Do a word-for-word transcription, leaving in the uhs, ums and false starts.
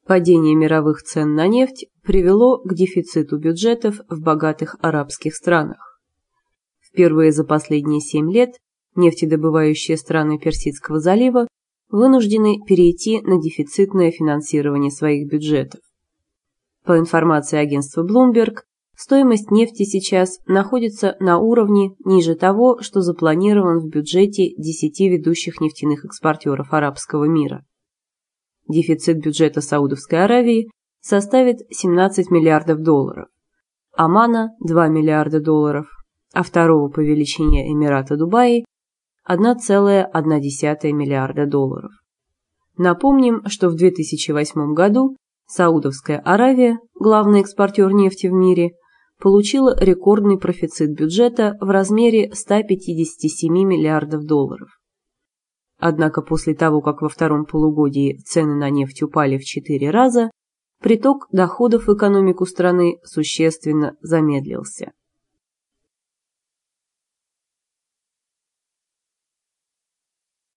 Падение мировых цен на нефть привело к дефициту бюджетов в богатых арабских странах. Впервые за последние семь лет нефтедобывающие страны Персидского залива вынуждены перейти на дефицитное финансирование своих бюджетов. По информации агентства Bloomberg, стоимость нефти сейчас находится на уровне ниже того, что запланирован в бюджете десяти ведущих нефтяных экспортеров арабского мира. Дефицит бюджета Саудовской Аравии составит семнадцать миллиардов долларов, Омана – два миллиарда долларов, а второго по величине Эмирата Дубаи – одна целая одна десятая миллиарда долларов. Напомним, что в две тысячи восьмом году Саудовская Аравия, главный экспортер нефти в мире, получила рекордный профицит бюджета в размере ста пятидесяти семи миллиардов долларов. Однако после того, как во втором полугодии цены на нефть упали в четыре раза, приток доходов в экономику страны существенно замедлился.